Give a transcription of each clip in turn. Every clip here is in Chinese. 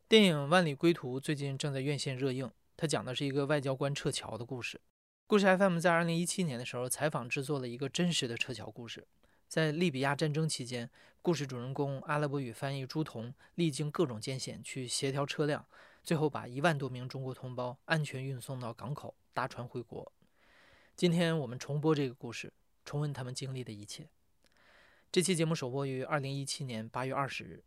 电影《万里归途》最近正在院线热映，它讲的是一个外交官撤侨的故事。故事 FM 在2017年的时候采访制作了一个真实的撤侨故事。在利比亚战争期间，故事主人公阿拉伯语翻译朱彤历经各种艰险去协调车辆，最后把1万多名中国同胞安全运送到港口，搭船回国。今天我们重播这个故事，重温他们经历的一切。这期节目首播于2017年8月20日。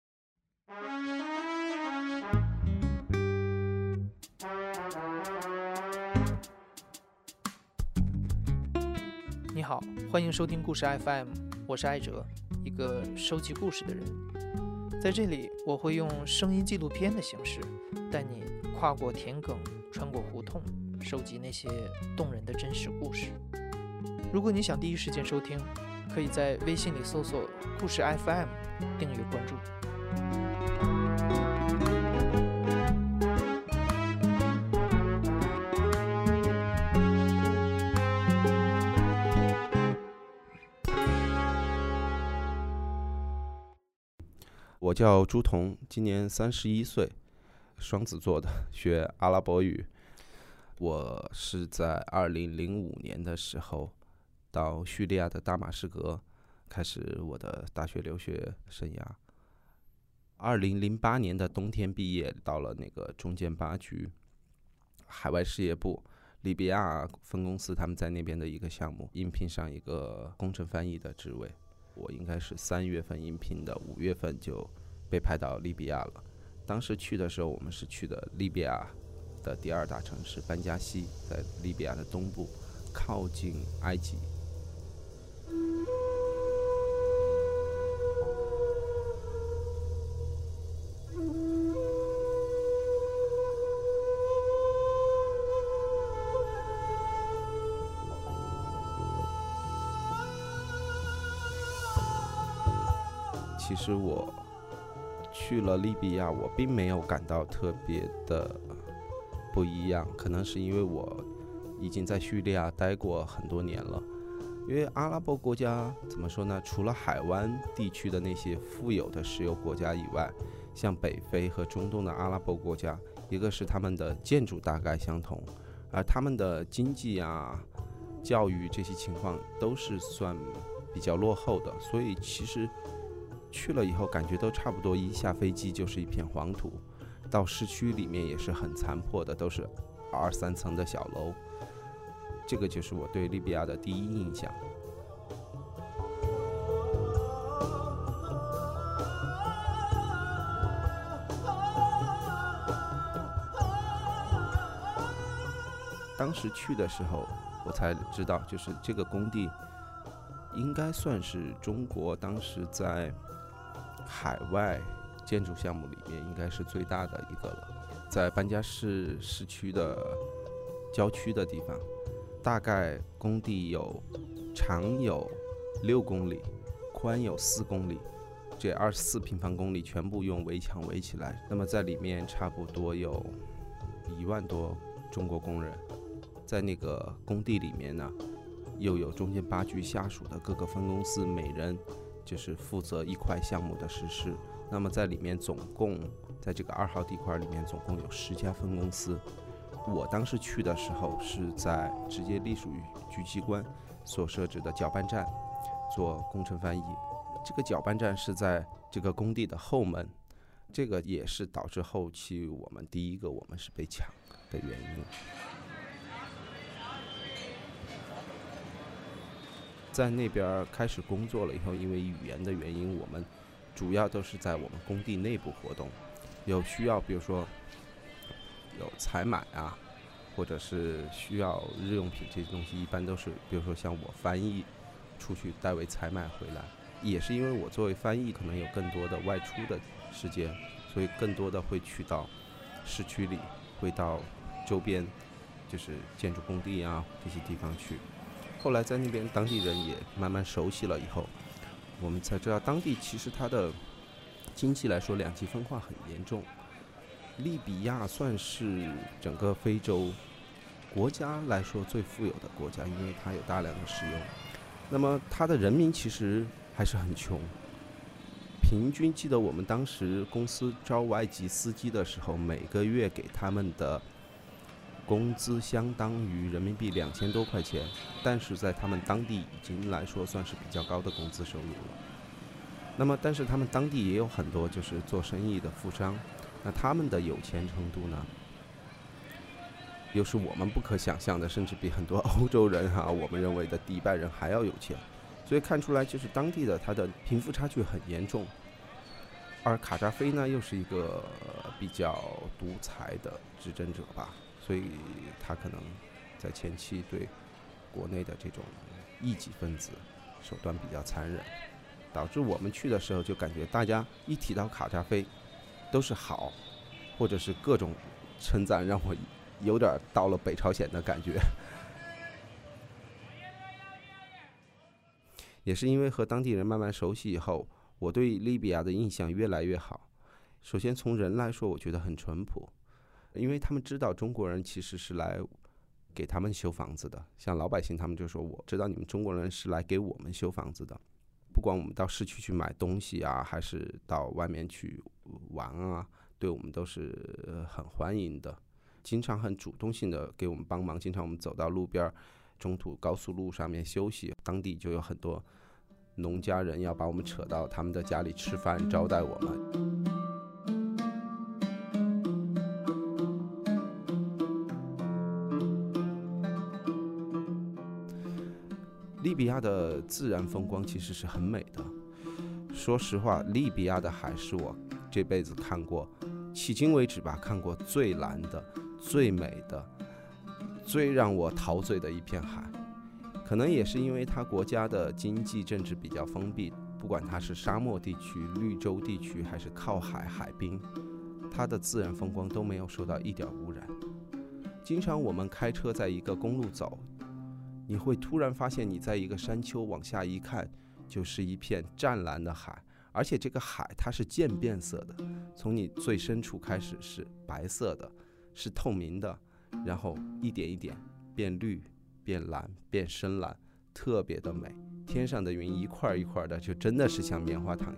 你好，欢迎收听故事 FM， 我是艾哲，一个收集故事的人。在这里，我会用声音纪录片的形式，带你跨过田埂，穿过胡同，收集那些动人的真实故事。如果你想第一时间收听，可以在微信里搜索故事 FM， 订阅关注。 我叫朱彤，今年31岁，双子座的，学阿拉伯语。我是在2005年的时候到叙利亚的大马士革开始我的大学留学生涯。2008年的冬天毕业，到了那个中建八局海外事业部利比亚分公司，他们在那边的一个项目应聘上一个工程翻译的职位。我应该是3月份应聘的，5月份就被派到利比亚了。当时去的时候，我们是去的利比亚的第2大城市班加西，在利比亚的东部，靠近埃及。其实我去了利比亚，我并没有感到特别的不一样，可能是因为我已经在叙利亚待过很多年了。因为阿拉伯国家怎么说呢？除了海湾地区的那些富有的石油国家以外，像北非和中东的阿拉伯国家，一个是他们的建筑大概相同，而他们的经济啊、教育这些情况都是算比较落后的，所以其实去了以后感觉都差不多，一下飞机就是一片黄土，到市区里面也是很残破的，都是2、3层的小楼。这个就是我对利比亚的第一印象。当时去的时候我才知道，就是这个工地应该算是中国当时在海外建筑项目里面应该是最大的一个了。在班加市市区的郊区的地方，大概工地长有6公里，宽有4公里，这24平方公里全部用围墙围起来。那么在里面差不多有1万多中国工人。在那个工地里面呢，又有中建八局下属的各个分公司，每人就是负责一块项目的实施。那么在里面总共，在这个2号地块里面总共有10家分公司。我当时去的时候是在直接隶属于局机关所设置的搅拌站做工程翻译。这个搅拌站是在这个工地的后门，这个也是导致后期我们第一个我们是被抢的原因。在那边开始工作了以后，因为语言的原因，我们主要都是在我们工地内部活动。有需要，比如说有采买啊，或者是需要日用品这些东西，一般都是比如说像我翻译出去代为采买回来。也是因为我作为翻译可能有更多的外出的时间，所以更多的会去到市区里，会到周边就是建筑工地啊这些地方去。后来在那边当地人也慢慢熟悉了以后，我们才知道当地其实它的经济来说2极分化很严重。利比亚算是整个非洲国家来说最富有的国家，因为它有大量的石油。那么它的人民其实还是很穷， 平均记得我们当时公司招外籍司机的时候，每个月给他们的工资相当于人民币2000多块钱，但是在他们当地已经来说算是比较高的工资收入了。那么但是他们当地也有很多就是做生意的富商，那他们的有钱程度呢又是我们不可想象的，甚至比很多欧洲人我们认为的迪拜人还要有钱。所以看出来就是当地的它的贫富差距很严重。而卡扎菲呢又是一个比较独裁的执政者吧，所以他可能在前期对国内的这种异己分子手段比较残忍，导致我们去的时候就感觉大家一提到卡扎菲都是好，或者是各种称赞，让我有点到了北朝鲜的感觉。也是因为和当地人慢慢熟悉以后，我对利比亚的印象越来越好。首先从人来说，我觉得很淳朴，因为他们知道中国人其实是来给他们修房子的。像老百姓他们就说，我知道你们中国人是来给我们修房子的，不管我们到市区去买东西啊，还是到外面去玩啊，对我们都是很欢迎的，经常很主动性的给我们帮忙。经常我们走到路边中途高速路上面休息，当地就有很多农家人要把我们扯到他们的家里吃饭招待我们。利比亚的自然风光其实是很美的，说实话，利比亚的海是我这辈子看过迄今为止吧看过最蓝的、最美的、最让我陶醉的一片海。可能也是因为它国家的经济政治比较封闭，不管它是沙漠地区、绿洲地区还是靠海海滨，它的自然风光都没有受到一点污染。经常我们开车在一个公路走，你会突然发现你在一个山丘往下一看，就是一片湛蓝的海，而且这个海它是渐变色的，从你最深处开始是白色的，是透明的，然后一点一点变绿、变蓝、变深蓝，特别的美。天上的云一块一块的，就真的是像棉花糖。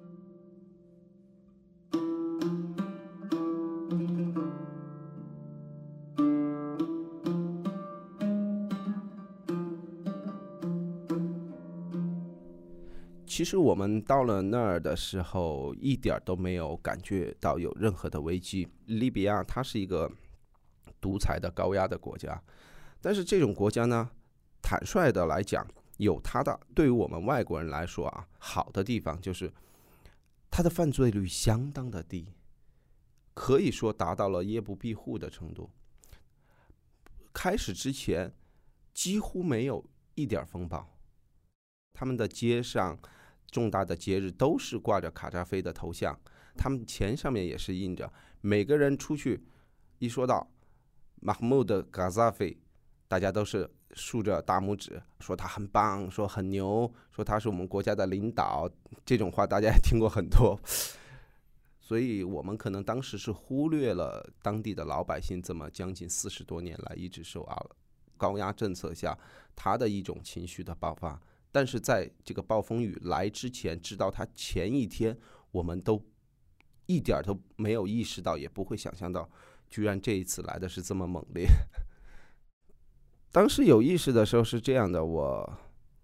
其实我们到了那儿的时候，一点都没有感觉到有任何的危机。利比亚它是一个独裁的高压的国家，但是这种国家呢，坦率的来讲，有它的对于我们外国人来说好的地方，就是它的犯罪率相当的低，可以说达到了夜不闭户的程度。开始之前几乎没有一点风暴，他们的街上重大的节日都是挂着卡扎菲的头像，他们钱上面也是印着，每个人出去一说到马赫穆德·卡扎菲，大家都是竖着大拇指，说他很棒，说很牛，说他是我们国家的领导，这种话大家也听过很多。所以我们可能当时是忽略了当地的老百姓这么将近40多年来一直受高压政策下他的一种情绪的爆发。但是在这个暴风雨来之前，直到它前一天，我们都一点都没有意识到，也不会想象到，居然这一次来的是这么猛烈。当时有意识的时候是这样的，我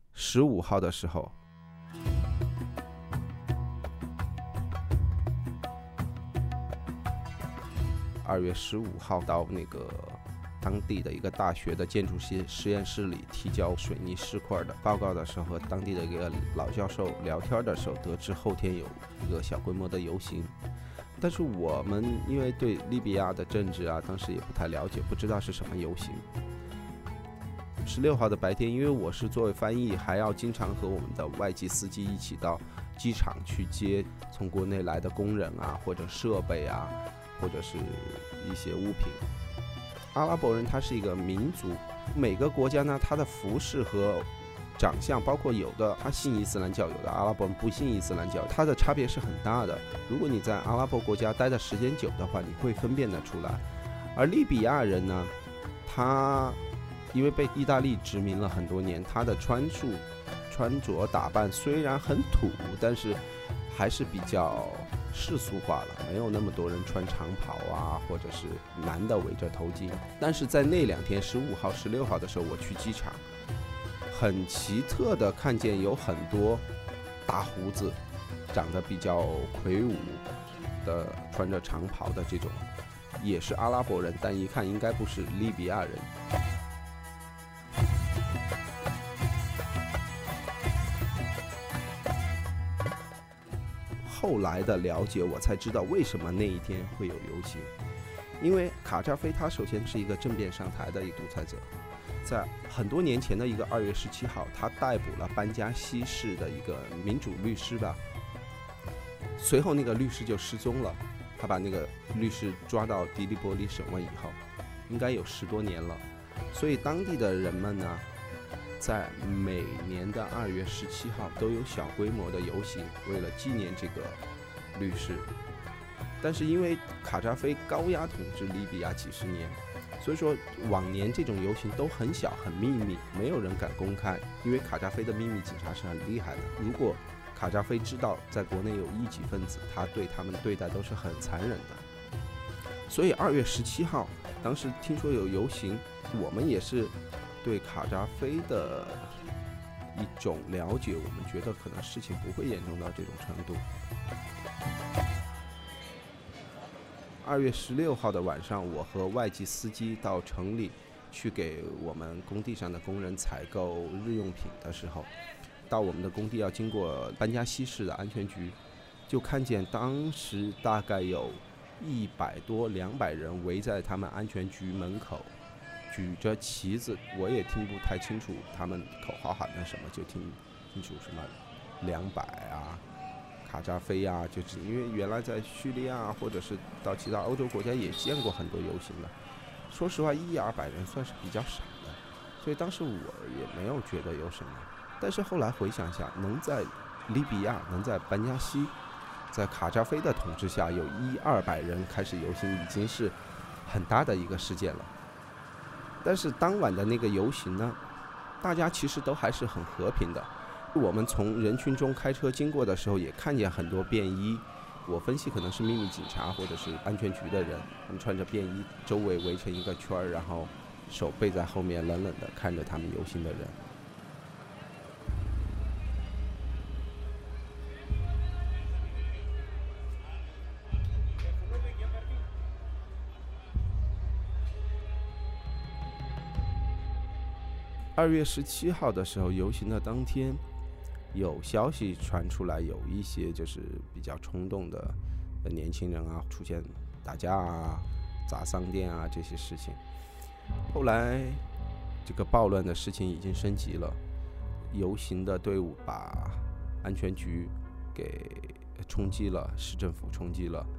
15号的时候，2月15号到那个当地的一个大学的建筑实验室里提交水泥石块的报告的时候，和当地的一个老教授聊天的时候，得知后天有一个小规模的游行。但是我们因为对利比亚的政治当时也不太了解，不知道是什么游行。16号的白天，因为我是作为翻译，还要经常和我们的外籍司机一起到机场去接从国内来的工人或者设备或者是一些物品。阿拉伯人他是一个民族，每个国家呢，他的服饰和长相，包括有的他信伊斯兰教，有的阿拉伯人不信伊斯兰教，它的差别是很大的。如果你在阿拉伯国家待的时间久的话，你会分辨得出来。而利比亚人呢，他因为被意大利殖民了很多年，他的穿着打扮虽然很土，但是还是比较世俗化了，没有那么多人穿长袍啊，或者是男的围着头巾。但是在那2天15号、16号的时候，我去机场，很奇特的看见有很多大胡子、长得比较魁梧的、穿着长袍的这种，也是阿拉伯人，但一看应该不是利比亚人。后来的了解，我才知道为什么那一天会有游行。因为卡扎菲他首先是一个政变上台的一个独裁者，在很多年前的一个2月17号，他逮捕了班加西市的一个民主律师吧，随后那个律师就失踪了，他把那个律师抓到迪利波利审问以后，应该有10多年了。所以当地的人们呢，在每年的2月17号都有小规模的游行，为了纪念这个律师。但是因为卡扎菲高压统治利比亚几十年，所以说往年这种游行都很小很秘密，没有人敢公开，因为卡扎菲的秘密警察是很厉害的。如果卡扎菲知道在国内有异己分子，他对他们对待都是很残忍的。所以2月17号当时听说有游行，我们也是对卡扎菲的一种了解，我们觉得可能事情不会严重到这种程度。2月16号的晚上，我和外籍司机到城里去给我们工地上的工人采购日用品的时候，到我们的工地要经过班加西市的安全局，就看见当时大概有100多200人围在他们安全局门口，举着旗子，我也听不太清楚他们口号喊的什么，就听清楚什么200啊、卡扎菲啊，就是因为原来在叙利亚或者是到其他欧洲国家也见过很多游行了。说实话，100-200人算是比较少的，所以当时我也没有觉得有什么。但是后来回想一下，能在利比亚，能在班加西，在卡扎菲的统治下有100-200人开始游行，已经是很大的一个事件了。但是当晚的那个游行呢，大家其实都还是很和平的。我们从人群中开车经过的时候，也看见很多便衣，我分析可能是秘密警察或者是安全局的人，他们穿着便衣，周围围成一个圈，然后手背在后面，冷冷地看着他们游行的人。2月17号的时候，游行的当天，有消息传出来，有一些就是比较冲动的年轻人啊，出现打架啊、砸商店啊这些事情。后来这个暴乱的事情已经升级了，游行的队伍把安全局给冲击了，市政府冲击了。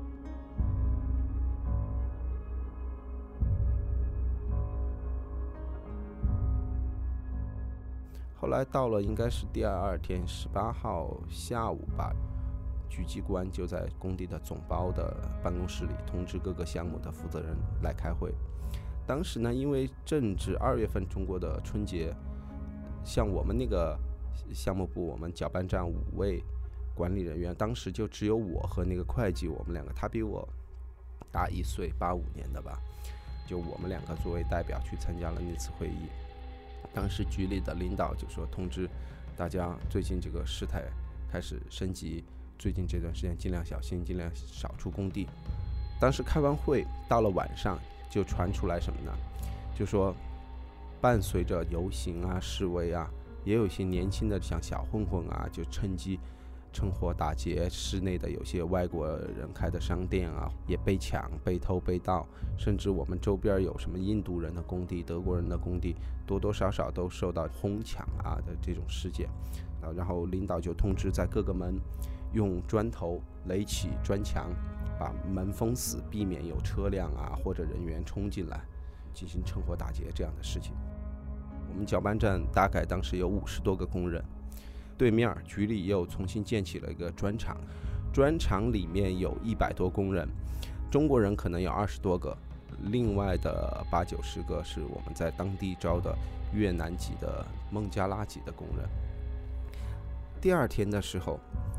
后来到了应该是第2天18号下午吧，局机关就在工地的总包的办公室里通知各个项目的负责人来开会。当时呢，因为正值2月份中国的春节，像我们那个项目部，我们搅拌站5位管理人员，当时就只有我和那个会计，我们两个，他比我大1岁，85年的吧，就我们两个作为代表去参加了那次会议。当时局里的领导就说通知大家，最近这个事态开始升级，最近这段时间尽量小心，尽量少出工地。当时开完会到了晚上，就传出来什么呢？就说伴随着游行啊、示威啊，也有一些年轻的像小混混啊，就趁机趁火打劫，市内的有些外国人开的商店啊也被抢、被偷、被盗，甚至我们周边有什么印度人的工地、德国人的工地，多多少少都受到哄抢啊的这种事件。然后领导就通知在各个门用砖头垒起砖墙，把门封死，避免有车辆啊或者人员冲进来进行趁火打劫这样的事情。我们搅拌站大概当时有50多个工人，对面局里又重新建起了一个砖厂，砖厂里面有100多工人，中国人可能有20多个，另外的80-90个是我们在当地招的越南籍的、孟加拉籍的工人。第2天的时候，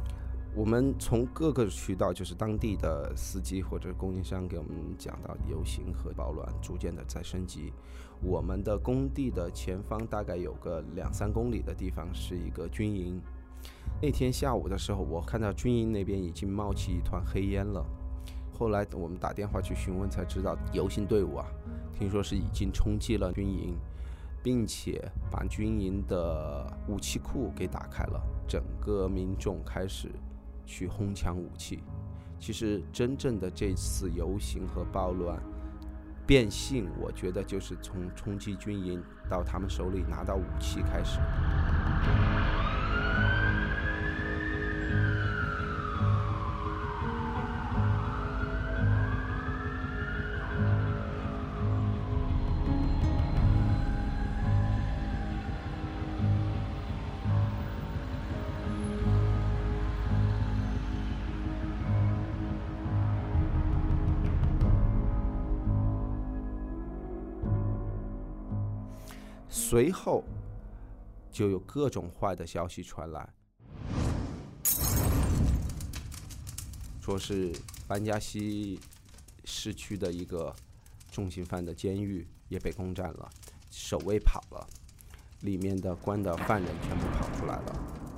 我们从各个渠道，就是当地的司机或者供应商给我们讲到，游行和暴乱逐渐的在升级。我们的工地的前方大概有个2-3公里的地方是一个军营。那天下午的时候，我看到军营那边已经冒起一团黑烟了。后来我们打电话去询问才知道，游行队伍听说是已经冲击了军营，并且把军营的武器库给打开了，整个民众开始去哄抢武器。其实真正的这次游行和暴乱变性，我觉得就是从冲击军营到他们手里拿到武器开始。随后就有各种坏的消息传来，说是班加西市区的一个重刑犯的监狱也被攻占了，守卫跑了，里面的关的犯人全部跑出来了。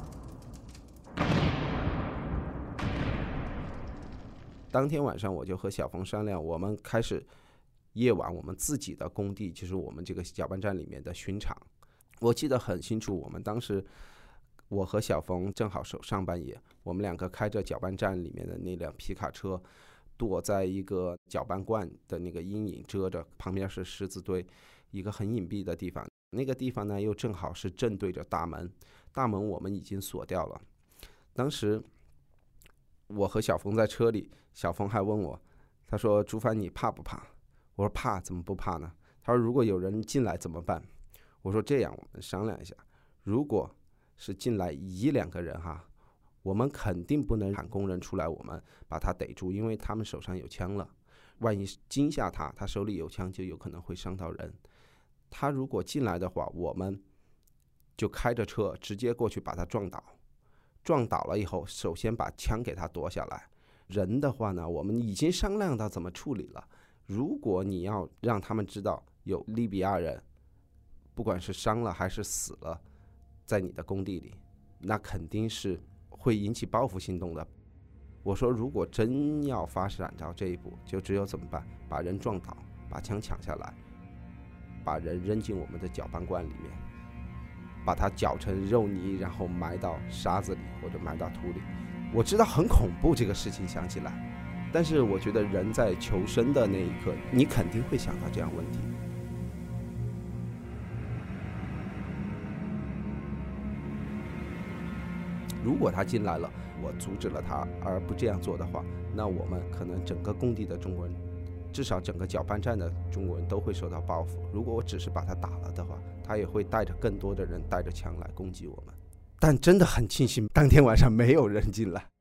当天晚上我就和小冯商量，我们开始夜晚我们自己的工地，就是我们这个搅拌站里面的巡场。我记得很清楚，我们当时我和小冯正好上半夜，我们2个开着搅拌站里面的那辆皮卡车，躲在一个搅拌罐的那个阴影遮着，旁边是狮子堆，一个很隐蔽的地方。那个地方呢又正好是正对着大门，大门我们已经锁掉了。当时我和小冯在车里，小冯还问我，他说朱帆你怕不怕？我说怕，怎么不怕呢？他说如果有人进来怎么办？我说这样，我们商量一下，如果是进来1-2个人我们肯定不能喊工人出来，我们把他逮住，因为他们手上有枪了，万一惊吓他，他手里有枪就有可能会伤到人。他如果进来的话，我们就开着车直接过去把他撞倒，撞倒了以后首先把枪给他夺下来。人的话呢，我们已经商量到怎么处理了，如果你要让他们知道有利比亚人不管是伤了还是死了在你的工地里，那肯定是会引起报复行动的。我说如果真要发展到这一步，就只有怎么办？把人撞倒，把枪抢下来，把人扔进我们的搅拌罐里面，把它搅成肉泥，然后埋到沙子里或者埋到土里。我知道很恐怖，这个事情想起来，但是我觉得人在求生的那一刻，你肯定会想到这样问题。如果他进来了，我阻止了他，而不这样做的话，那我们可能整个工地的中国人，至少整个搅拌站的中国人都会受到报复。如果我只是把他打了的话，他也会带着更多的人带着枪来攻击我们。但真的很庆幸，当天晚上没有人进来。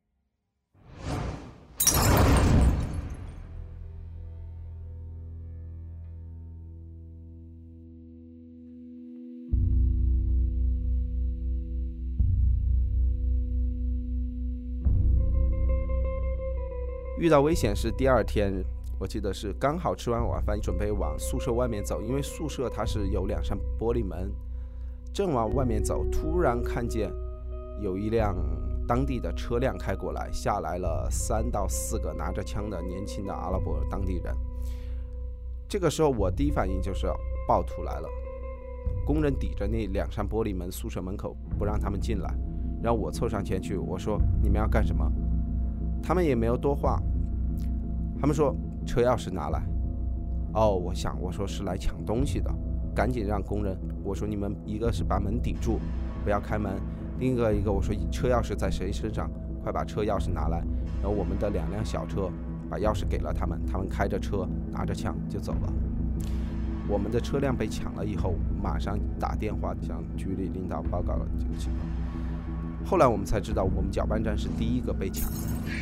遇到危险是第2天，我记得是刚好吃完晚饭，准备往宿舍外面走，因为宿舍它是有2扇玻璃门，正往外面走，突然看见有一辆当地的车辆开过来，下来了3到4个拿着枪的年轻的阿拉伯当地人。这个时候我第一反应就是暴徒来了，工人抵着那2扇玻璃门，宿舍门口不让他们进来，然后我凑上前去，我说你们要干什么？他们也没有多话，他们说车钥匙拿来。我说是来抢东西的，赶紧让工人，我说你们一个是把门抵住不要开门，另一个我说车钥匙在谁身上，快把车钥匙拿来。然后我们的2辆小车把钥匙给了他们，他们开着车拿着枪就走了。我们的车辆被抢了以后，马上打电话向局里领导报告了这个情况。后来我们才知道，我们搅拌站是第1个被抢的，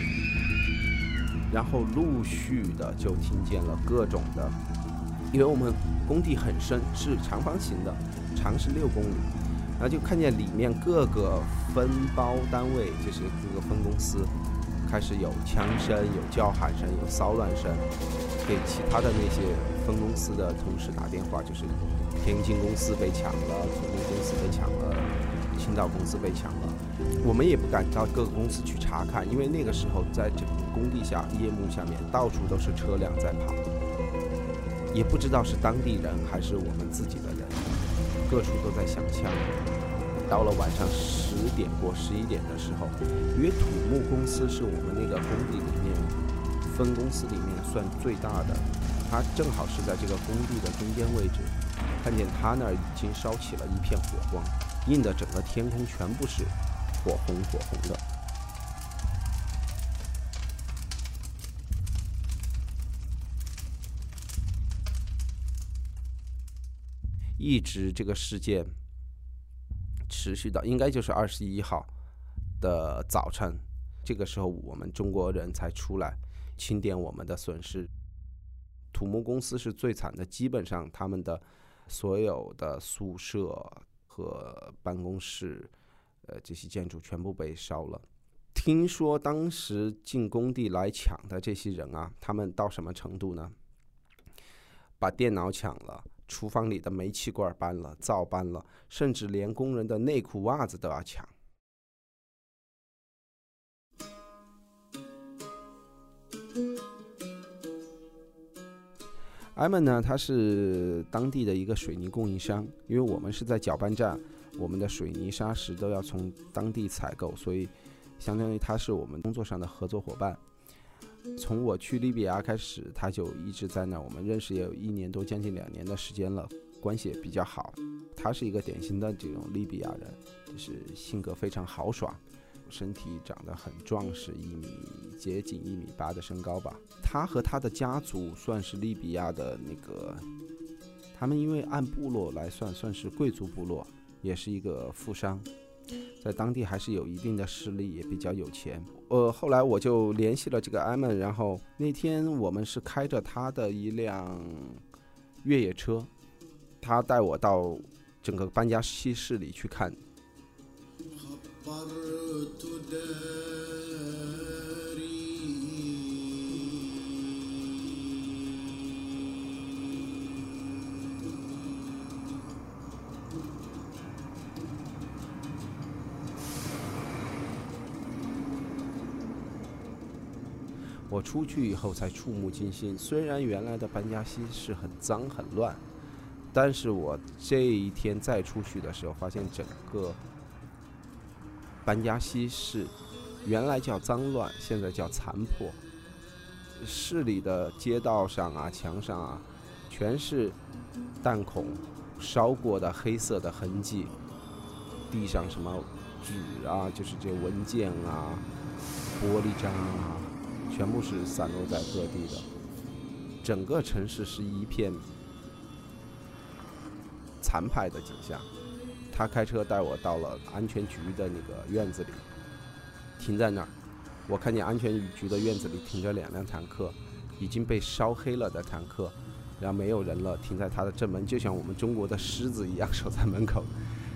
然后陆续的就听见了各种的，因为我们工地很深，是长方形的，长是6公里， 然后就看见里面各个分包单位，就是各个分公司开始有枪声、有叫喊声、有骚乱声，给其他的那些分公司的同事打电话，就是天津公司被抢了，土木公司被抢了，青岛公司被抢了。我们也不敢到各个公司去查看，因为那个时候在整个工地下夜幕下面，到处都是车辆在跑，也不知道是当地人还是我们自己的人，各处都在响枪。到了晚上10点过11点的时候，因为土木公司是我们那个工地里面分公司里面算最大的，它正好是在这个工地的中间位置，看见它那儿已经烧起了一片火光，映得整个天空全部是火红的。一直这个事件持续到应该就是21号的早晨，这个时候我们中国人才出来清点我们的损失。土木公司是最惨的，基本上他们的所有的宿舍和办公室这些建筑全部被烧了。听说当时进工地来抢的这些人啊，他们到什么程度呢？把电脑抢了，厨房里的煤气罐搬了，灶搬了，甚至连工人的内裤袜子都要抢。艾曼呢，他是当地的一个水泥供应商，因为我们是在搅拌站，我们的水泥砂石都要从当地采购，所以相当于他是我们工作上的合作伙伴。从我去利比亚开始，他就一直在那，我们认识也有1年多，将近2年的时间了，关系也比较好。他是一个典型的这种利比亚人，就是性格非常豪爽，身体长得很壮实，接近1.8米的身高吧。他和他的家族算是利比亚的那个，他们因为按部落来算是贵族部落，也是一个富商，在当地还是有一定的势力，也比较有钱。后来我就联系了这个艾曼，然后那天我们是开着他的一辆越野车，他带我到整个搬家西市里去看。我出去以后才触目惊心，虽然原来的班加西是很脏很乱，但是我这一天再出去的时候，发现整个班加西市原来叫脏乱，现在叫残破。市里的街道上啊、墙上啊，全是弹孔烧过的黑色的痕迹，地上什么纸啊，就是这文件啊、玻璃渣啊，全部是散落在各地的。整个城市是一片残败的景象。他开车带我到了安全局的那个院子里，停在那儿。我看见安全局的院子里停着2辆坦克，已经被烧黑了的坦克，然后没有人了，停在他的正门，就像我们中国的狮子一样守在门口。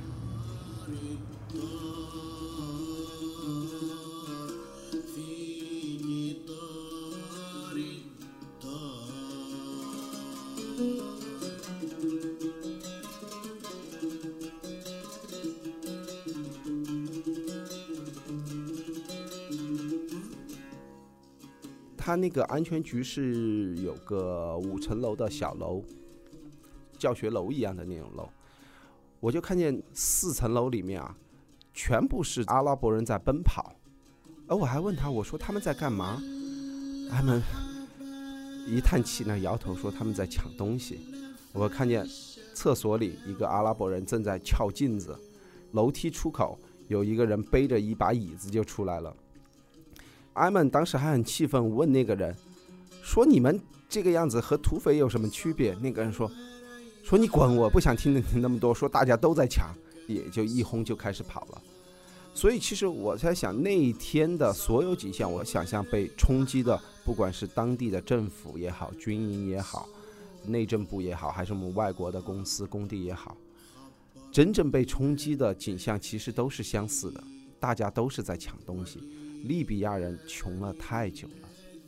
他那个安全局是有个5层楼的小楼，教学楼一样的那种楼。我就看见4层楼里面啊，全部是阿拉伯人在奔跑。而我还问他，我说他们在干嘛？他们一叹气呢，摇头说他们在抢东西。我看见厕所里一个阿拉伯人正在撬镜子，楼梯出口有一个人背着一把椅子就出来了。艾曼当时还很气愤，问那个人说：“你们这个样子和土匪有什么区别？”那个人说你滚，我不想听那么多，说大家都在抢，也就一哄就开始跑了。所以其实我在想，那一天的所有景象，我想象被冲击的，不管是当地的政府也好，军营也好，内政部也好，还是我们外国的公司工地也好， 真正被冲击的景象其实都是相似的，大家都是在抢东西。利比亚人穷了太久了。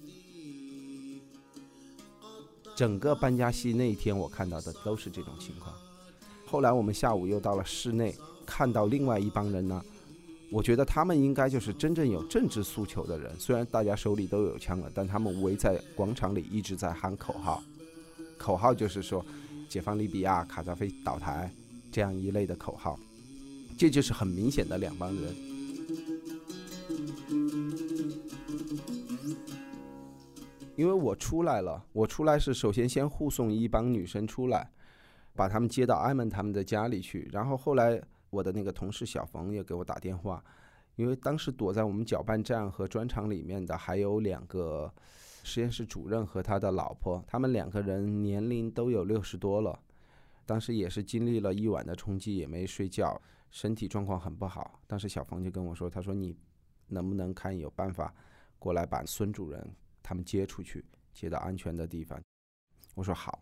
整个班加西那一天我看到的都是这种情况。后来我们下午又到了市内，看到另外一帮人呢，我觉得他们应该就是真正有政治诉求的人，虽然大家手里都有枪了，但他们围在广场里一直在喊口号，口号就是说解放利比亚，卡扎菲倒台这样一类的口号。这就是很明显的两帮人。因为我出来了，我出来是首先先护送一帮女生出来，把他们接到艾曼他们的家里去，然后后来我的那个同事小冯也给我打电话，因为当时躲在我们搅拌站和砖厂里面的还有2个实验室主任和他的老婆，他们2个人年龄都有60多了，当时也是经历了一晚的冲击，也没睡觉，身体状况很不好。当时小冯就跟我说，他说你能不能看有办法过来把孙主任他们接出去，接到安全的地方。我说好。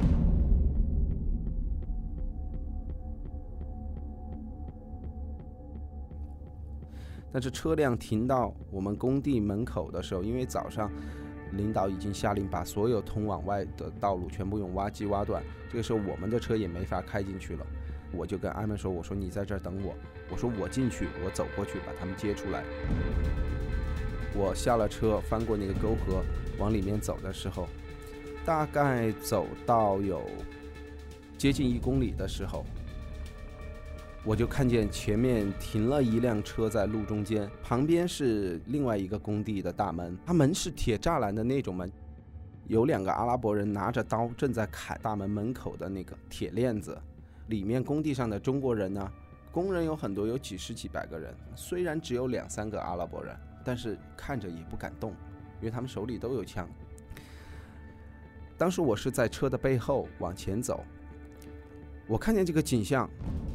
但是车辆停到我们工地门口的时候，因为早上领导已经下令把所有通往外的道路全部用挖机挖断，这个时候我们的车也没法开进去了。我就跟艾曼说，我说你在这儿等我，我说我进去，我走过去把他们接出来。我下了车，翻过那个沟河往里面走的时候，大概走到有接近1公里的时候，我就看见前面停了一辆车在路中间，旁边是另外一个工地的大门，它门是铁栅栏的那种门，有2个阿拉伯人拿着刀正在砍大门门口的那个铁链子。里面工地上的中国人呢，工人有很多，有几十几百个人，虽然只有2-3个阿拉伯人，但是看着也不敢动，因为他们手里都有枪。当时我是在车的背后往前走，我看见这个景象，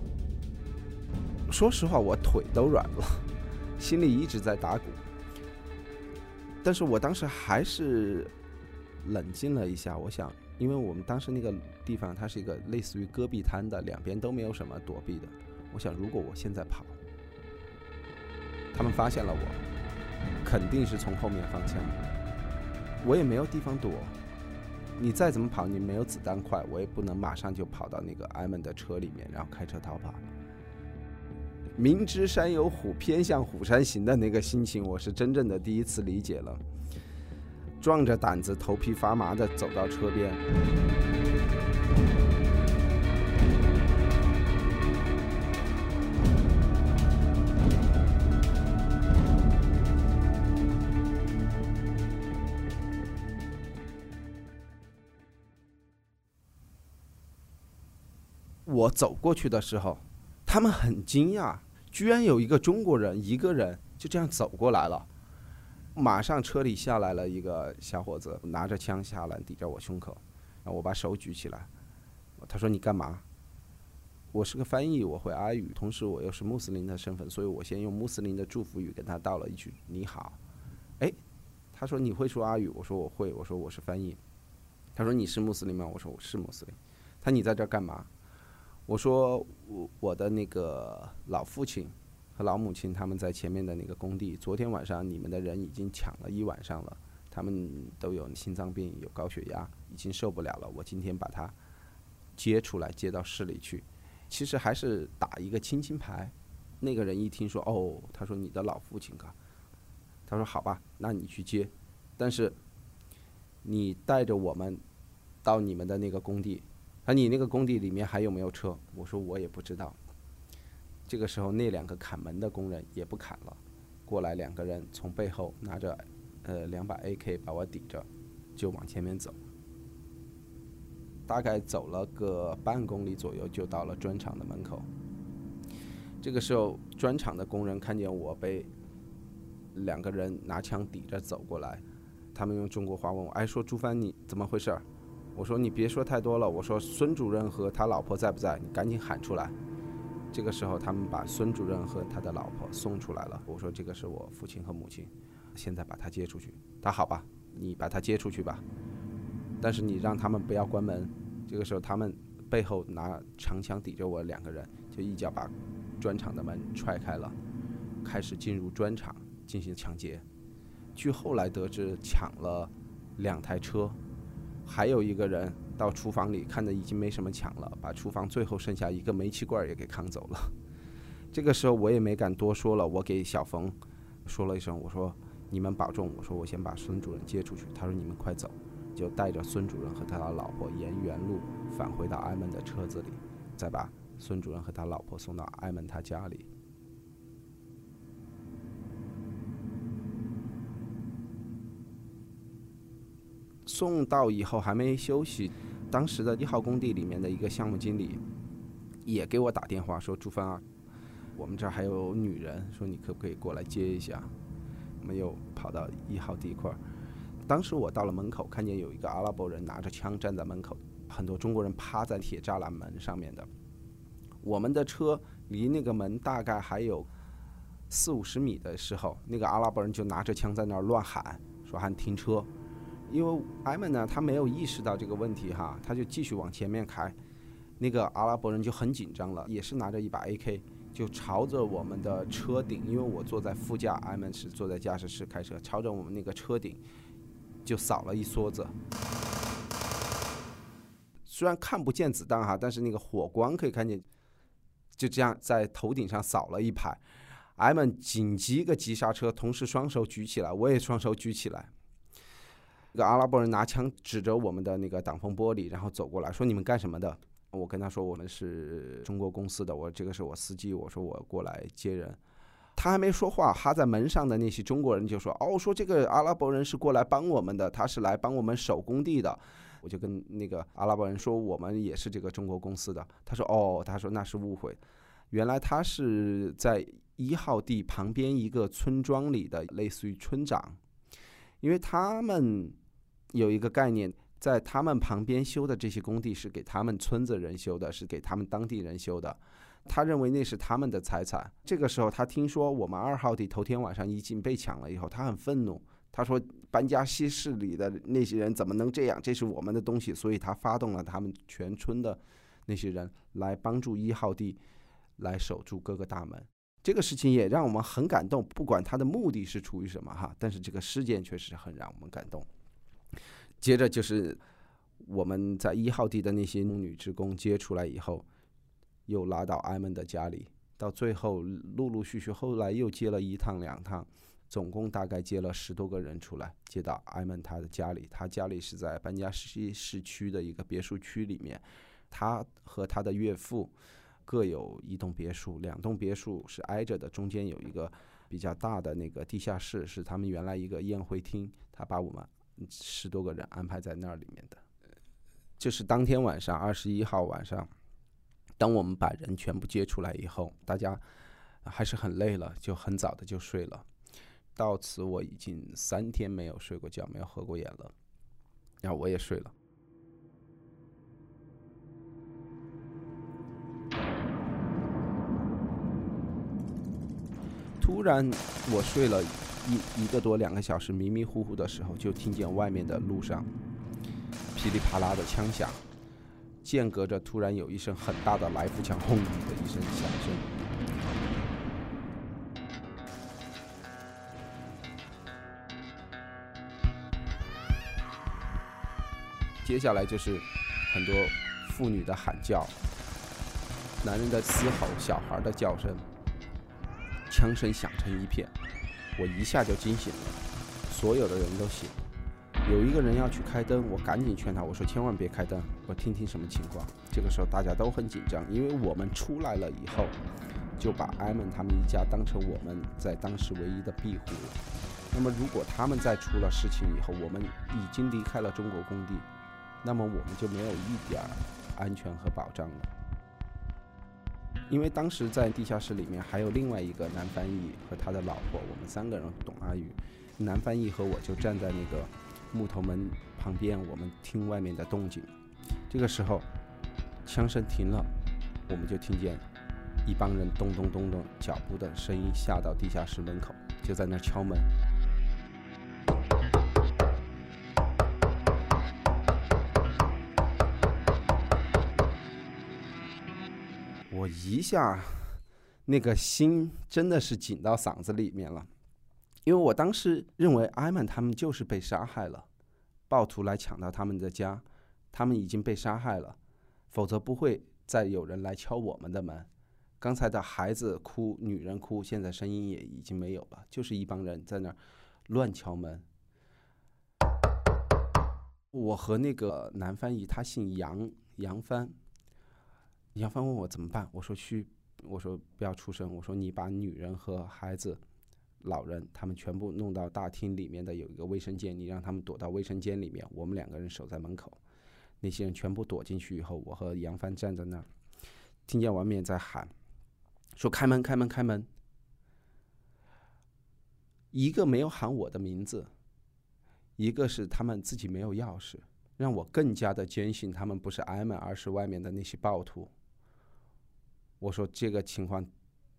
说实话我腿都软了，心里一直在打鼓。但是我当时还是冷静了一下，我想因为我们当时那个地方它是一个类似于戈壁滩的，两边都没有什么躲避的，我想如果我现在跑，他们发现了我肯定是从后面放枪，我也没有地方躲，你再怎么跑你没有子弹快，我也不能马上就跑到那个艾曼的车里面然后开车逃跑。明知山有虎偏向虎山行的那个心情，我是真正的第一次理解了。壮着胆子头皮发麻的走到车边，我走过去的时候，他们很惊讶，居然有一个中国人一个人就这样走过来了。马上车里下来了一个小伙子，拿着枪下来抵着我胸口，然后我把手举起来，他说你干嘛？我是个翻译，我会阿语，同时我又是穆斯林的身份，所以我先用穆斯林的祝福语跟他道了一句你好。他说你会说阿语？我说我会，我说我是翻译。他说你是穆斯林吗？我说我是穆斯林。他你在这儿干嘛？我说我的那个老父亲和老母亲他们在前面的那个工地，昨天晚上你们的人已经抢了1晚上了，他们都有心脏病有高血压，已经受不了了，我今天把他接出来接到市里去，其实还是打一个亲情牌。那个人一听说他说你的老父亲啊，他说好吧，那你去接，但是你带着我们到你们的那个工地，你那个工地里面还有没有车？我说我也不知道。这个时候那2个砍门的工人也不砍了，过来2个人从背后拿着2把 AK 把我抵着，就往前面走。大概走了个半公里左右就到了砖厂的门口。这个时候砖厂的工人看见我被2个人拿枪抵着走过来，他们用中国话问我，说朱帆你怎么回事？我说你别说太多了，我说孙主任和他老婆在不在？你赶紧喊出来。这个时候他们把孙主任和他的老婆送出来了，我说这个是我父亲和母亲，现在把他接出去。他好吧，你把他接出去吧，但是你让他们不要关门。这个时候他们背后拿长枪抵着我2个人， 就一脚把砖厂的门踹开了，开始进入砖厂进行抢劫。据后来得知，抢了2台车，还有一个人到厨房里看着已经没什么抢了，把厨房最后剩下一个煤气罐也给扛走了。这个时候我也没敢多说了，我给小冯说了一声，我说你们保重，我说我先把孙主任接出去。他说你们快走，就带着孙主任和他的老婆沿原路返回到埃蒙的车子里，再把孙主任和他老婆送到埃蒙他家里。送到以后还没休息，当时的1号工地里面的一个项目经理也给我打电话说，朱芬啊，我们这儿还有女人，说你可不可以过来接一下。我们又跑到1号地块，当时我到了门口，看见有一个阿拉伯人拿着枪站在门口，很多中国人趴在铁栅栏门上面的。我们的车离那个门大概还有40-50米的时候，那个阿拉伯人就拿着枪在那儿乱喊，说喊停车。因为埃蒙呢，他没有意识到这个问题哈，他就继续往前面开。那个阿拉伯人就很紧张了，也是拿着一把 AK， 就朝着我们的车顶，因为我坐在副驾，埃蒙是坐在驾驶室开车，朝着我们那个车顶就扫了一梭子。虽然看不见子弹哈，但是那个火光可以看见，就这样在头顶上扫了一排。埃蒙紧急一个急刹车，同时双手举起来，我也双手举起来。那个阿拉伯人拿枪指着我们的那个挡风玻璃，然后走过来说你们干什么的。我跟他说我们是中国公司的，我这个是我司机，我说我过来接人。他还没说话，哈在门上的那些中国人就说说这个阿拉伯人是过来帮我们的，他是来帮我们守工地的。我就跟那个阿拉伯人说我们也是这个中国公司的。他说他说那是误会，原来他是在1号地旁边一个村庄里的类似于村长，因为他们有一个概念，在他们旁边修的这些工地是给他们村子人修的，是给他们当地人修的，他认为那是他们的财产。这个时候他听说我们2号地头天晚上已经被抢了以后，他很愤怒，他说班加西市里的那些人怎么能这样，这是我们的东西。所以他发动了他们全村的那些人来帮助1号地来守住各个大门。这个事情也让我们很感动，不管他的目的是出于什么哈，但是这个事件确实很让我们感动。接着就是我们在1号地的那些女职工接出来以后，又拉到埃蒙的家里，到最后陆陆续续后来又接了1趟2趟，总共大概接了10多个人出来，接到埃蒙他的家里。他家里是在班加西市区的一个别墅区里面，他和他的岳父各有1栋别墅，2栋别墅是挨着的，中间有一个比较大的那个地下室，是他们原来一个宴会厅，他把我们10多个人安排在那里面的。就是当天晚上21号晚上，当我们把人全部接出来以后，大家还是很累了，就很早的就睡了。到此我已经3天没有睡过觉，没有合过眼了，然后我也睡了。突然我睡了1个多2个小时，迷迷糊糊的时候，就听见外面的路上噼里啪啦的枪响，间隔着突然有一声很大的来福枪轰的一声响声。接下来就是很多妇女的喊叫，男人的嘶吼，小孩的叫声，枪声响成一片，我一下就惊醒了，所有的人都醒。有一个人要去开灯，我赶紧劝他，我说千万别开灯，我听听什么情况。这个时候大家都很紧张，因为我们出来了以后，就把埃蒙他们一家当成我们在当时唯一的庇护。那么如果他们再出了事情以后，我们已经离开了中国工地，那么我们就没有一点安全和保障了。因为当时在地下室里面还有另外一个男翻译和他的老婆，我们3个人懂阿语，男翻译和我就站在那个木头门旁边，我们听外面的动静。这个时候枪声停了，我们就听见一帮人咚咚咚咚脚步的声音下到地下室门口，就在那敲门。我我一下那个心真的是紧到嗓子里面了，因为我当时认为艾曼他们就是被杀害了，暴徒来抢到他们的家，他们已经被杀害了，否则不会再有人来敲我们的门。刚才的孩子哭，女人哭，现在声音也已经没有了，就是一帮人在那儿乱敲门。我和那个男翻译，他姓杨帆问我怎么办，我说不要出声，我说你把女人和孩子、老人他们全部弄到大厅里面的有一个卫生间，你让他们躲到卫生间里面，我们2个人守在门口。那些人全部躲进去以后，我和杨帆站在那儿，听见外面在喊说开门开门开门，一个没有喊我的名字，一个是他们自己没有钥匙，让我更加的坚信他们不是艾曼，而是外面的那些暴徒。我说这个情况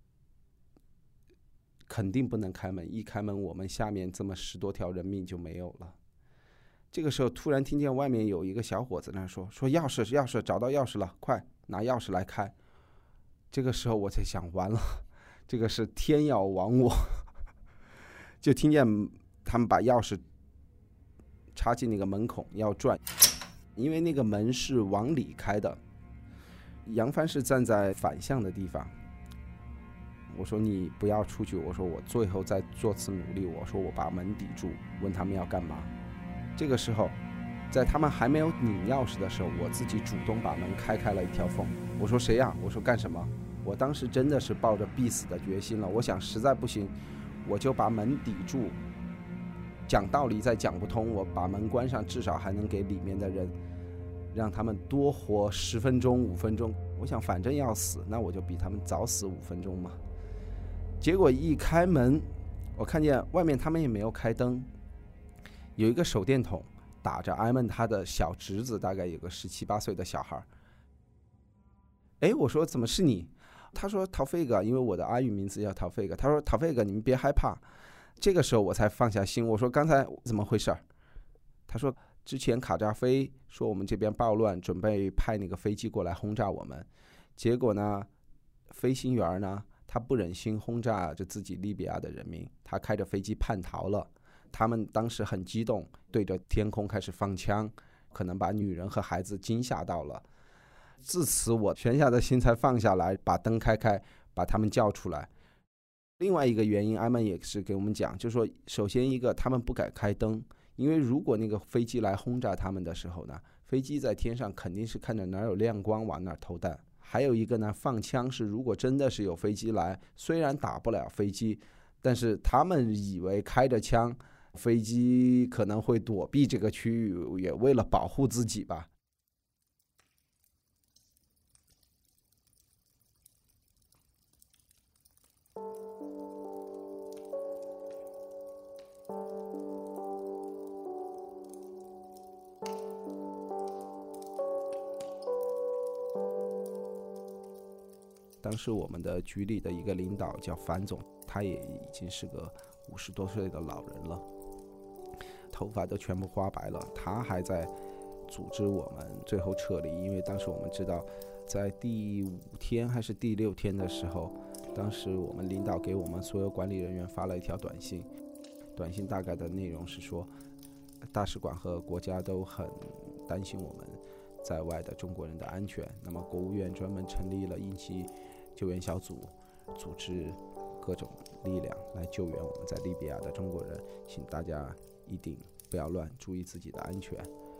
肯定不能开门，一开门我们下面这么10多条人命就没有了。这个时候突然听见外面有一个小伙子那说钥匙找到钥匙了，快拿钥匙来开。这个时候我才想完了，这个是天要亡我。就听见他们把钥匙插进那个门孔要转，因为那个门是往里开的。杨帆是站在反向的地方，我说你不要出去，我说我最后再做次努力，我说我把门抵住，问他们要干嘛。这个时候在他们还没有拧钥匙的时候，我自己主动把门开了一条缝。我说谁呀？我说干什么？我当时真的是抱着必死的决心了，我想实在不行我就把门抵住，讲道理再讲不通，我把门关上，至少还能给里面的人让他们多活10分钟5分钟。我想反正要死，那我就比他们早死5分钟嘛。结果一开门，我看见外面他们也没有开灯，有一个手电筒打着艾曼他的小侄子，大概有个17、18岁的小孩。我说怎么是你？他说陶费格，因为我的阿语名字叫陶费格。他说陶费格，你们别害怕。这个时候我才放下心，我说刚才怎么回事？他说之前卡扎菲说我们这边暴乱，准备派那个飞机过来轰炸我们，结果呢飞行员呢他不忍心轰炸着自己利比亚的人民，他开着飞机叛逃了。他们当时很激动，对着天空开始放枪，可能把女人和孩子惊吓到了。自此我悬下的心才放下来，把灯开，把他们叫出来。另外一个原因，艾曼也是给我们讲，就是说首先一个他们不敢开灯，因为如果那个飞机来轰炸他们的时候呢，飞机在天上肯定是看着哪有亮光往哪投弹。还有一个呢，放枪是如果真的是有飞机来，虽然打不了飞机，但是他们以为开着枪飞机可能会躲避这个区域，也为了保护自己吧。当时我们的局里的一个领导叫樊总，他也已经是个50多岁的老人了，头发都全部花白了，他还在组织我们最后撤离。因为当时我们知道在第5天还是第6天的时候，当时我们领导给我们所有管理人员发了一条短信，短信大概的内容是说大使馆和国家都很担心我们在外的中国人的安全，那么国务院专门成立了应急救援小组，组织各种力量来救援我们在利比亚的中国人，请大家一定不要乱，注意自己的安全。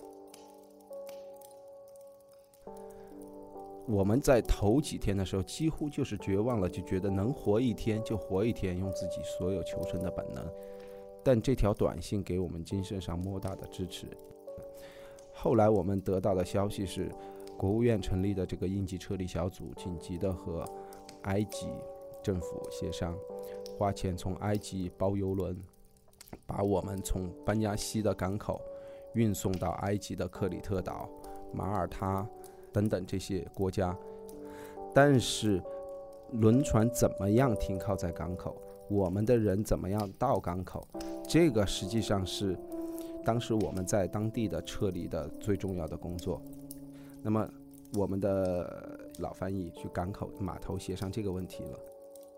我们在头几天的时候几乎就是绝望了，就觉得能活一天就活一天，用自己所有求生的本能。但这条短信给我们精神上莫大的支持。后来我们得到的消息是，国务院成立的这个应急撤离小组紧急的和埃及政府协商，花钱从埃及包邮轮把我们从班加西的港口运送到埃及的克里特岛、马耳他等等这些国家。但是轮船怎么样停靠在港口，我们的人怎么样到港口，这个实际上是当时我们在当地的撤离的最重要的工作。那么我们的老翻译去港口码头协商这个问题了。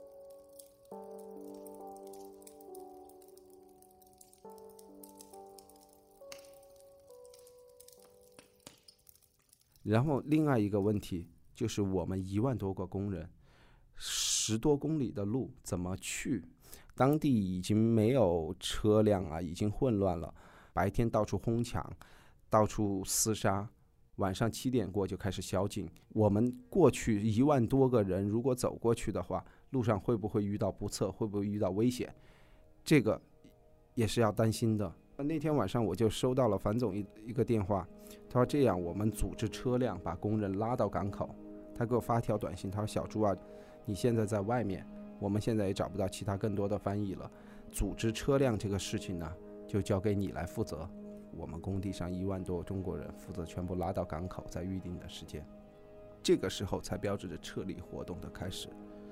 然后另外一个问题就是我们1万多个工人，10多公里的路怎么去？当地已经没有车辆啊，已经混乱了，白天到处哄抢，到处厮杀，晚上7点过就开始宵禁。我们过去1万多个人，如果走过去的话，路上会不会遇到不测，会不会遇到危险？这个也是要担心的。那天晚上我就收到了樊总一个电话，他说这样我们组织车辆把工人拉到港口。他给我发条短信，他说小朱啊，你现在在外面，我们现在也找不到其他更多的翻译了，组织车辆这个事情呢就交给你来负责。我们工地上1万多中国人负责全部拉到港口，在预定的时间，这个时候才标志着撤离活动的开始。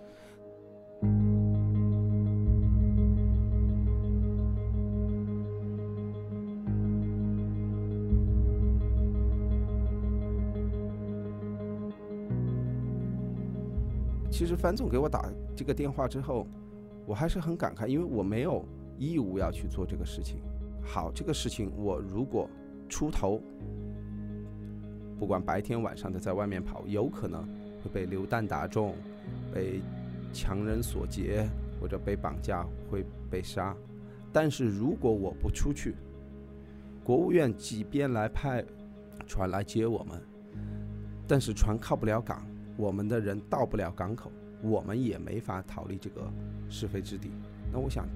其实樊总给我打这个电话之后，我还是很感慨，因为我没有义务要去做这个事情。好，这个事情我如果出头，不管白天晚上的在外面跑，有可能会被流弹打中，被强人所劫，或者被绑架，会被杀。但是如果我不出去，国务院即便来派船来接我们，但是船靠不了港，我们的人到不了港口，我们也没法逃离这个是非之地。那我想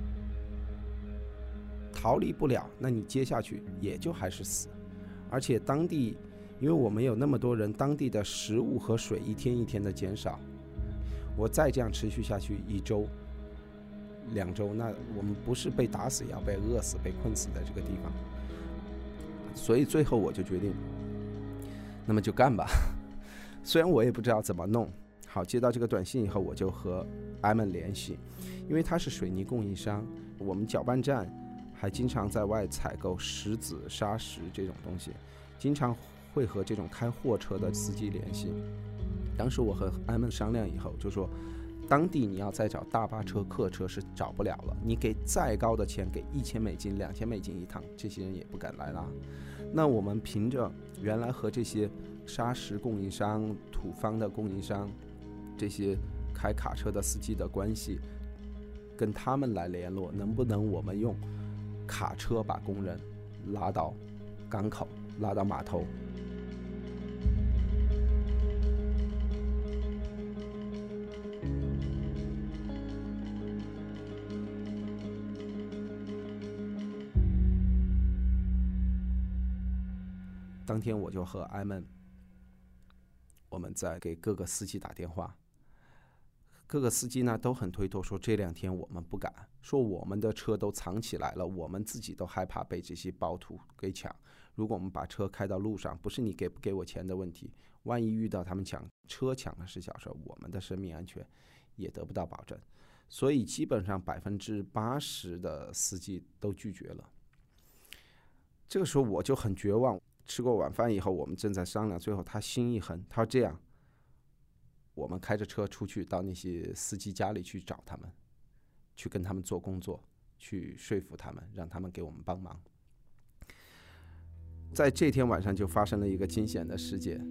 逃离不了，那你接下去也就还是死。而且当地因为我们有那么多人，当地的食物和水一天一天的减少，我再这样持续下去1周2周，那我们不是被打死，也要被饿死，被困死在这个地方。所以最后我就决定，那么就干吧。虽然我也不知道怎么弄。好，接到这个短信以后，我就和埃曼联系，因为他是水泥供应商，我们搅拌站还经常在外采购石子、砂石这种东西，经常会和这种开货车的司机联系。当时我和埃曼商量以后，就说当地你要再找大巴车、客车是找不了了，你给再高的钱，给$1000、$2000一趟，这些人也不敢来拉。那我们凭着原来和这些砂石供应商、土方的供应商，这些开卡车的司机的关系，跟他们来联络，能不能我们用卡车把工人拉到港口，拉到码头。当天我就和埃曼，我们在给各个司机打电话，各个司机呢都很推脱，说这2天我们不敢，说我们的车都藏起来了，我们自己都害怕被这些暴徒给抢。如果我们把车开到路上，不是你给不给我钱的问题，万一遇到他们抢车抢的是小事，我们的生命安全也得不到保证。所以基本上80%的司机都拒绝了。这个时候我就很绝望。吃过晚饭以后，我们正在商量，最后他心一横，他说这样，我们开着车出去到那些司机家里去找他们，去跟他们做工作，去说服他们，让他们给我们帮忙。在这天晚上就发生了一个惊险的事件。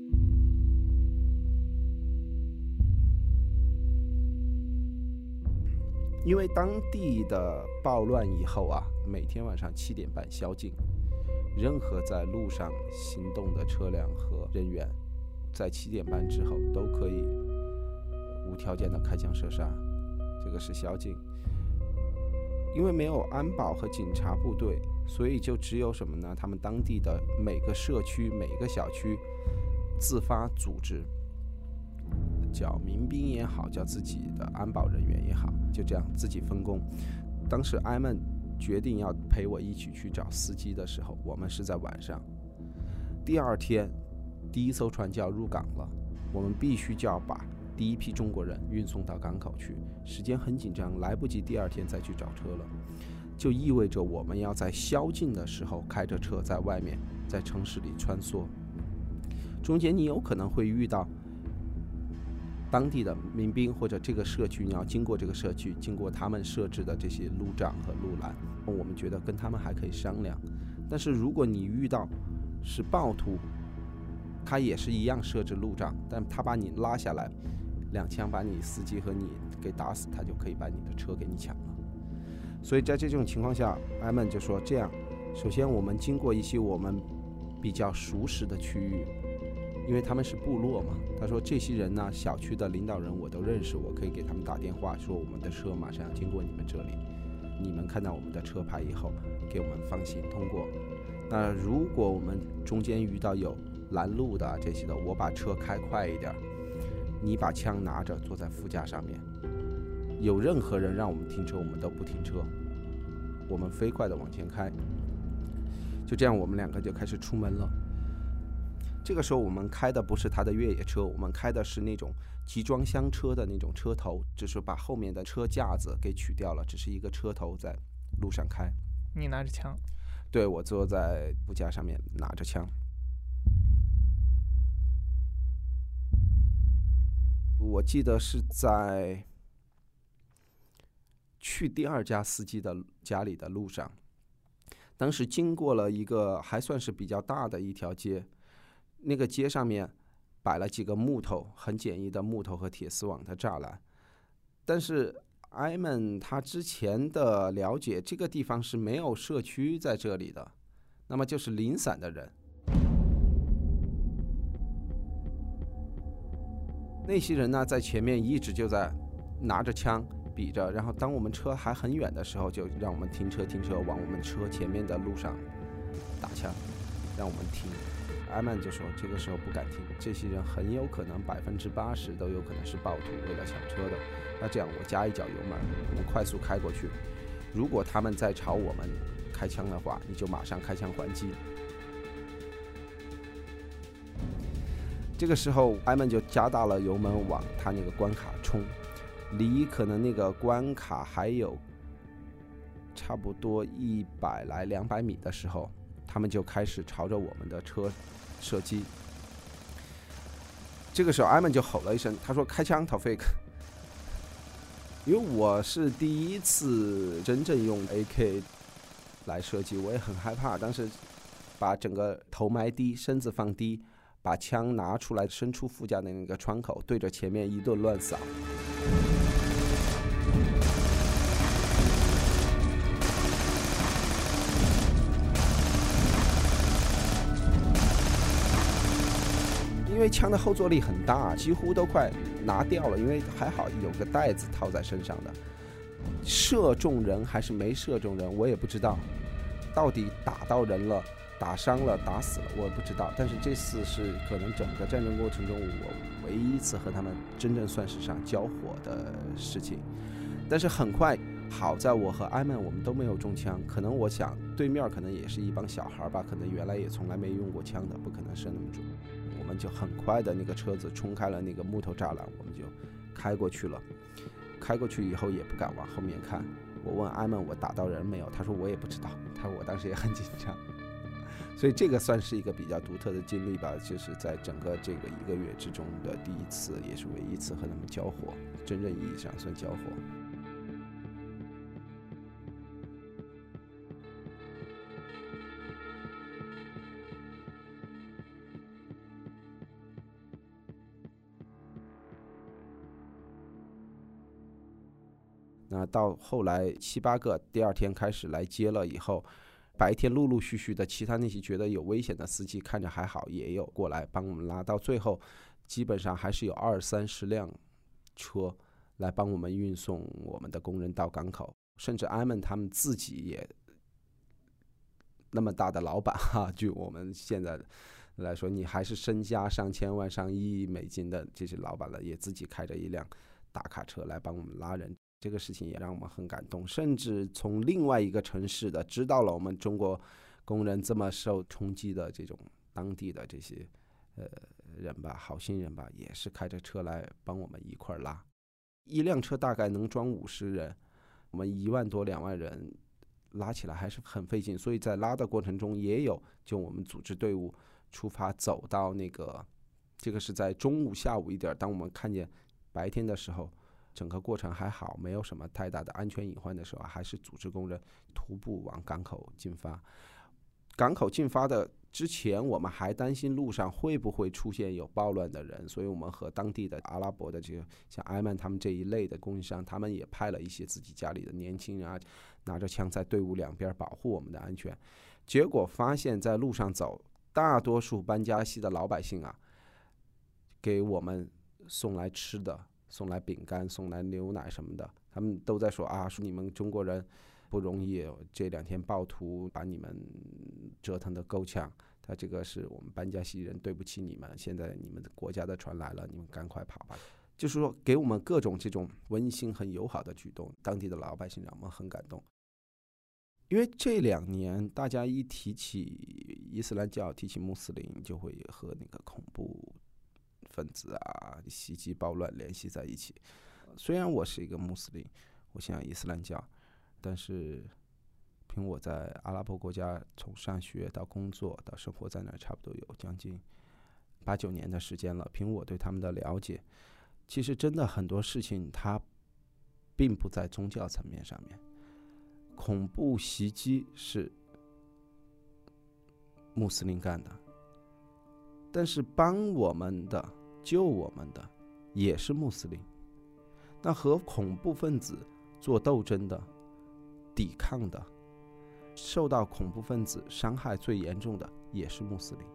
因为当地的暴乱以后啊，每天晚上7点半宵禁，任何在路上行动的车辆和人员，在7点半之后都可以无条件的开枪射杀，这个是宵禁。因为没有安保和警察部队，所以就只有什么呢？他们当地的每个社区、每个小区自发组织，叫民兵也好，叫自己的安保人员也好，就这样自己分工。当时埃曼决定要陪我一起去找司机的时候，我们是在晚上。第2天，第1艘船就要入港了，我们必须就要把第1批中国人运送到港口去，时间很紧张，来不及第2天再去找车了，就意味着我们要在宵禁的时候开着车在外面，在城市里穿梭。 中间你有可能会遇到当地的民兵，或者这个社区，你要经过这个社区，经过他们设置的这些路障和路栏，我们觉得跟他们还可以商量。但是如果你遇到是暴徒，他也是一样设置路障，但他把你拉下来，2枪把你司机和你给打死，他就可以把你的车给你抢了。所以在这种情况下，埃曼就说这样，首先我们经过一些我们比较熟识的区域，因为他们是部落嘛，他说这些人呢，小区的领导人我都认识，我可以给他们打电话说我们的车马上要经过你们这里，你们看到我们的车牌以后给我们放行通过。那如果我们中间遇到有拦路的这些的，我把车开快一点，你把枪拿着坐在副驾上面，有任何人让我们停车我们都不停车，我们飞快的往前开。就这样我们2个就开始出门了。这个时候我们开的不是他的越野车，我们开的是那种集装箱车的那种车头，只是把后面的车架子给取掉了，只是一个车头在路上开。 你拿着枪？ 对，我坐在副驾上面拿着枪。我记得是在去第2家司机的家里的路上，当时经过了一个还算是比较大的一条街，那个街上面摆了几个木头，很简易的木头和铁丝网的栅栏，但是埃曼他之前的了解，这个地方是没有社区在这里的，那么就是零散的人。那些人呢，在前面一直就在拿着枪比着，然后当我们车还很远的时候，就让我们停车，往我们车前面的路上打枪，让我们停。埃曼就说这个时候不敢停，这些人很有可能80%都有可能是暴徒为了抢车的。那这样我加一脚油门，我们快速开过去，如果他们再朝我们开枪的话，你就马上开枪还击。这个时候埃曼就加大了油门往他那个关卡冲，离可能那个关卡还有差不多100来200米的时候，他们就开始朝着我们的车射击。这个时候埃曼就吼了一声，他说开枪 Taufik。 因为我是第一次真正用 AK 来射击，我也很害怕，当时把整个头埋低，身子放低，把枪拿出来，伸出副驾的那个窗口，对着前面一顿乱扫。因为枪的后坐力很大，几乎都快拿掉了，因为还好有个带子套在身上的。射中人还是没射中人我也不知道，到底打到人了，打伤了，打死了我也不知道。但是这次是可能整个战争过程中我唯一一次和他们真正算是上交火的事情。但是很快，好在我和埃曼我们都没有中枪，可能我想对面可能也是一帮小孩吧，可能原来也从来没用过枪的，不可能射那么准。我们就很快的那个车子冲开了那个木头栅栏，我们就开过去了。开过去以后也不敢往后面看，我问埃曼我打到人没有，他说我也不知道，他说我当时也很紧张。所以这个算是一个比较独特的经历吧，就是在整个这个1个月之中的第一次，也是唯一一次和他们交火，真正意义上算交火。那到后来7、8个第2天开始来接了以后，白天陆陆续续的其他那些觉得有危险的司机看着还好，也有过来帮我们拉，到最后基本上还是有20-30辆车来帮我们运送我们的工人到港口。甚至埃曼他们自己也那么大的老板哈，据我们现在来说，你还是身家上千万上亿美金的这些老板了，也自己开着一辆大卡车来帮我们拉人。这个事情也让我们很感动，甚至从另外一个城市的知道了我们中国工人这么受冲击的这种当地的这些人吧，好心人吧，也是开着车来帮我们一块拉。一辆车大概能装50人，我们1万多2万人拉起来还是很费劲，所以在拉的过程中也有就我们组织队伍出发走到那个这个是在中午下午一点，当我们看见白天的时候整个过程还好，没有什么太大的安全隐患的时候，还是组织工人徒步往港口进发。港口进发的之前，我们还担心路上会不会出现有暴乱的人，所以我们和当地的阿拉伯的这个像埃曼他们这一类的供应商，他们也派了一些自己家里的年轻人啊，拿着枪在队伍两边保护我们的安全。结果发现在路上走，大多数班加西的老百姓啊，给我们送来吃的，送来饼干，送来牛奶什么的，他们都在说啊，说你们中国人不容易，这2天暴徒把你们折腾得够呛，他这个是我们班加西人对不起你们，现在你们的国家的船来了，你们赶快跑吧。就是说给我们各种这种温馨很友好的举动，当地的老百姓让我们很感动。因为这2年大家一提起伊斯兰教，提起穆斯林，就会和那个恐怖分子啊、袭击暴乱联系在一起。虽然我是一个穆斯林，我信仰伊斯兰教，但是凭我在阿拉伯国家从上学到工作到生活在那儿，差不多有将近8、9年的时间了。凭我对他们的了解，其实真的很多事情它并不在宗教层面上面。恐怖袭击是穆斯林干的，但是帮我们的、救我们的也是穆斯林。那和恐怖分子做斗争的、抵抗的、受到恐怖分子伤害最严重的也是穆斯林。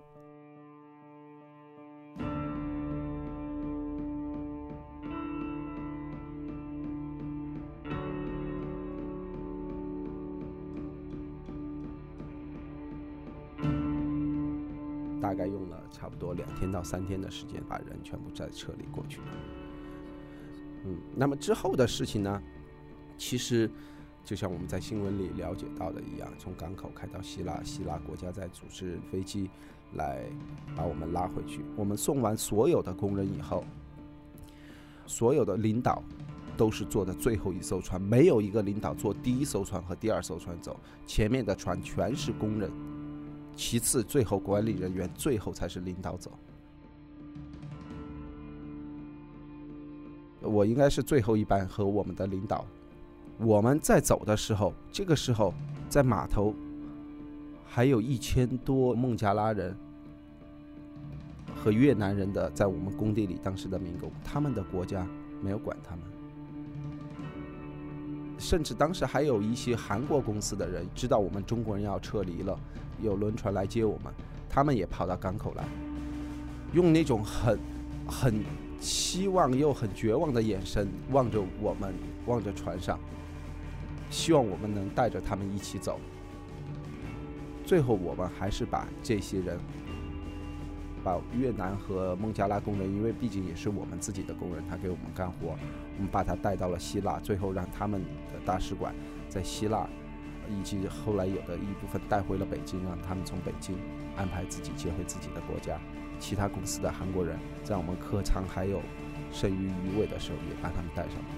大概用了差不多2天到3天的时间，把人全部再撤离过去。那么之后的事情呢，其实就像我们在新闻里了解到的一样，从港口开到希腊，希腊国家在组织飞机来把我们拉回去。我们送完所有的工人以后，所有的领导都是坐的最后一艘船，没有一个领导坐第1艘船和第2艘船走，前面的船全是工人，其次最后管理人员，最后才是领导走。我应该是最后一班和我们的领导。我们在走的时候，这个时候在码头还有1000多孟加拉人和越南人的在我们工地里当时的民工，他们的国家没有管他们，甚至当时还有一些韩国公司的人知道我们中国人要撤离了，有轮船来接我们，他们也跑到港口来，用那种很希望又很绝望的眼神望着我们，望着船上，希望我们能带着他们一起走。最后我们还是把这些人，把越南和孟加拉工人，因为毕竟也是我们自己的工人，他给我们干活，我们把他带到了希腊，最后让他们的大使馆在希腊，以及后来有的一部分带回了北京，让他们从北京安排自己接回自己的国家。其他公司的韩国人在我们客舱还有剩余余味的时候，也把他们带上来。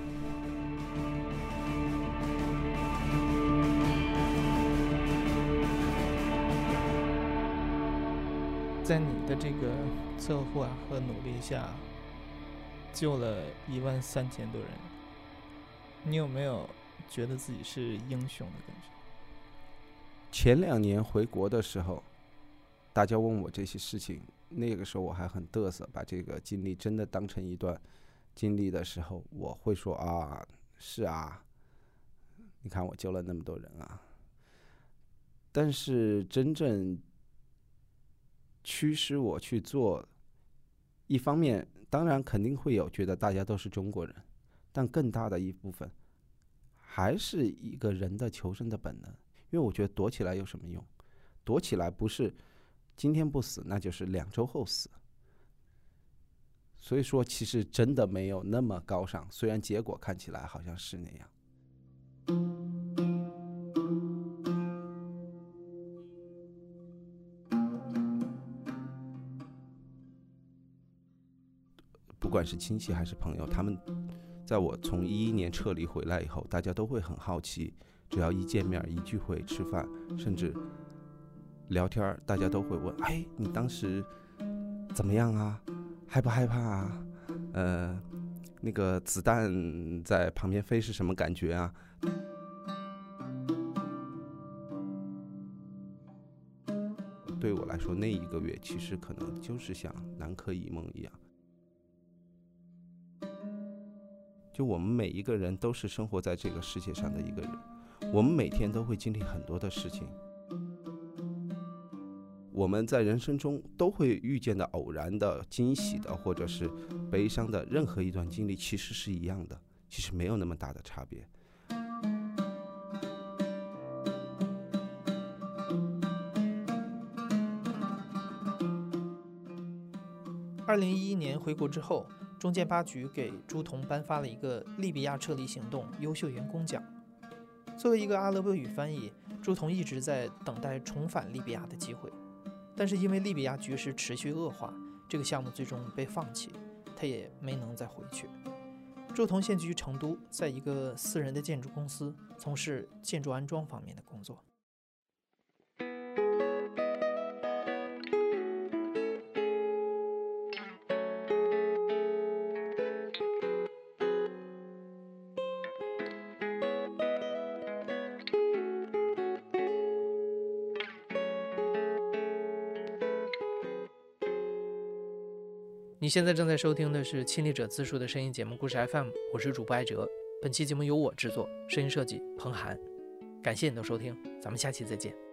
在你的这个策划和努力下，救了13000多人，你有没有觉得自己是英雄的感觉？ 前2年回国的时候，大家问我这些事情，那个时候我还很嘚瑟，把这个经历真的当成一段经历的时候，我会说啊，是啊，你看我救了那么多人啊。但是真正驱使我去做，一方面当然肯定会有觉得大家都是中国人，但更大的一部分还是一个人的求生的本能。因为我觉得躲起来有什么用？躲起来不是今天不死，那就是2周后死。所以说其实真的没有那么高尚，虽然结果看起来好像是那样。不管是亲戚还是朋友，他们在我从2011年撤离回来以后，大家都会很好奇，只要一见面一聚会吃饭甚至聊天，大家都会问，哎，你当时怎么样啊？害不害怕啊？那个子弹在旁边飞是什么感觉啊？对我来说，那1个月其实可能就是像南柯一梦一样。就我们每一个人都是生活在这个世界上的一个人，我们每天都会经历很多的事情。我们在人生中都会遇见的偶然的、惊喜的，或者是悲伤的任何一段经历，其实是一样的，其实没有那么大的差别。 2011年回国之后，中建八局给朱仝颁发了一个利比亚撤离行动优秀员工奖。作为一个阿拉伯语翻译，朱仝一直在等待重返利比亚的机会。但是因为利比亚局势持续恶化，这个项目最终被放弃，他也没能再回去。朱仝现居于成都，在一个私人的建筑公司从事建筑安装方面的工作。你现在正在收听的是亲历者自述的声音节目故事 FM， 我是主播艾哲。本期节目由我制作，声音设计彭涵。感谢你的收听，咱们下期再见。